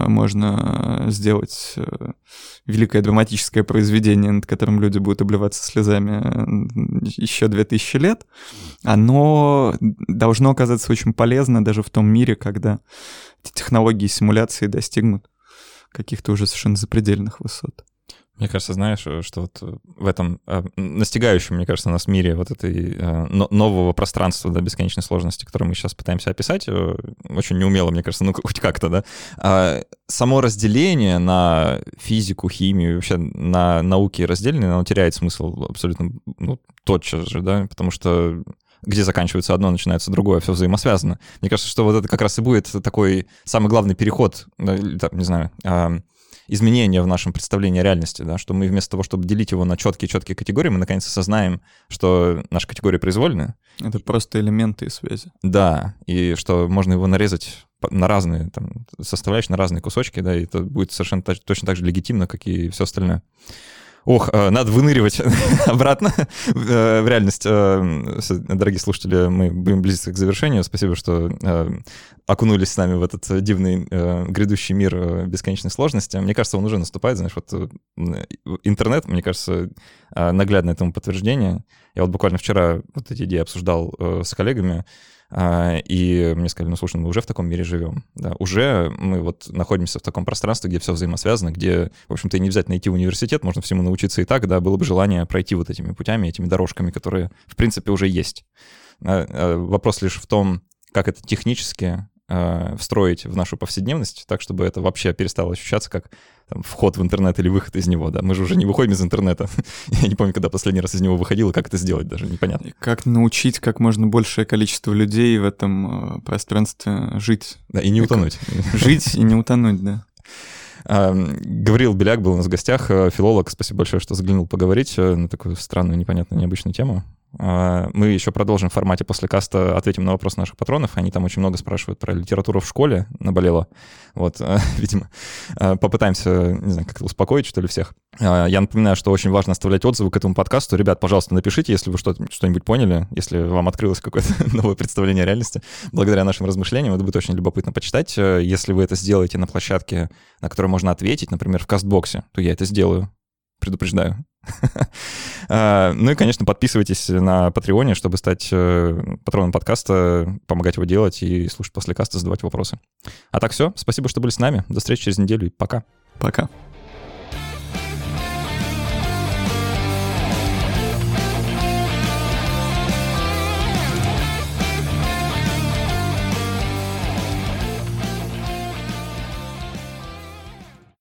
можно сделать великое драматическое произведение, над которым люди будут обливаться слезами еще 2000 лет, оно должно оказаться очень полезно даже в том мире, когда эти технологии симуляции достигнут каких-то уже совершенно запредельных высот. Мне кажется, знаешь, что вот в этом настигающем, мне кажется, нас мире вот этой нового пространства, да, бесконечной сложности, которое мы сейчас пытаемся описать, очень неумело, мне кажется, хоть как-то, да, само разделение на физику, химию, вообще на науки разделенные, оно теряет смысл абсолютно тотчас же, да, потому что где заканчивается одно, начинается другое, все взаимосвязано. Мне кажется, что вот это как раз и будет такой самый главный переход, не знаю, изменения в нашем представлении о реальности, да, что мы вместо того, чтобы делить его на четкие категории, мы наконец осознаем, что наши категории произвольны. Это просто элементы и связи. Да, и что можно его нарезать на разные составляющие, на разные кусочки, да, и это будет совершенно точно так же легитимно, как и все остальное. Ох, надо выныривать обратно в реальность. Дорогие слушатели, мы будем близиться к завершению. Спасибо, что окунулись с нами в этот дивный грядущий мир бесконечной сложности. Мне кажется, он уже наступает, знаешь, вот интернет, мне кажется, наглядное этому подтверждение. Я вот буквально вчера вот эти идеи обсуждал с коллегами, и мне сказали, слушай, мы уже в таком мире живем, да, уже мы вот находимся в таком пространстве, где все взаимосвязано, где, в общем-то, и не обязательно идти в университет, можно всему научиться и так, да, было бы желание пройти вот этими путями, этими дорожками, которые, в принципе, уже есть. Вопрос лишь в том, как это технически встроить в нашу повседневность, так, чтобы это вообще перестало ощущаться как вход в интернет или выход из него, да. Мы же уже не выходим из интернета. Я не помню, когда последний раз из него выходил, и как это сделать даже, непонятно. Как научить как можно большее количество людей в этом пространстве жить. Да, и не утонуть. Жить и не утонуть, да. Гавриил Беляк был у нас в гостях, филолог. Спасибо большое, что заглянул поговорить на такую странную, непонятную, необычную тему. Мы еще продолжим в формате после каста, ответим на вопросы наших патронов. Они там очень много спрашивают про литературу в школе, наболело. Вот, видимо, попытаемся, не знаю, как-то успокоить, что ли, всех. Я напоминаю, что очень важно оставлять отзывы к этому подкасту. Ребят, пожалуйста, напишите, если вы что-нибудь поняли, если вам открылось какое-то новое представление о реальности. Благодаря нашим размышлениям это будет очень любопытно почитать. Если вы это сделаете на площадке, на которой можно ответить, например, в Кастбоксе, то я это сделаю. Предупреждаю. Ну и, конечно, подписывайтесь на Патреоне, чтобы стать патроном подкаста, помогать его делать и слушать после каста, задавать вопросы. А так все. Спасибо, что были с нами. До встречи через неделю и пока. Пока.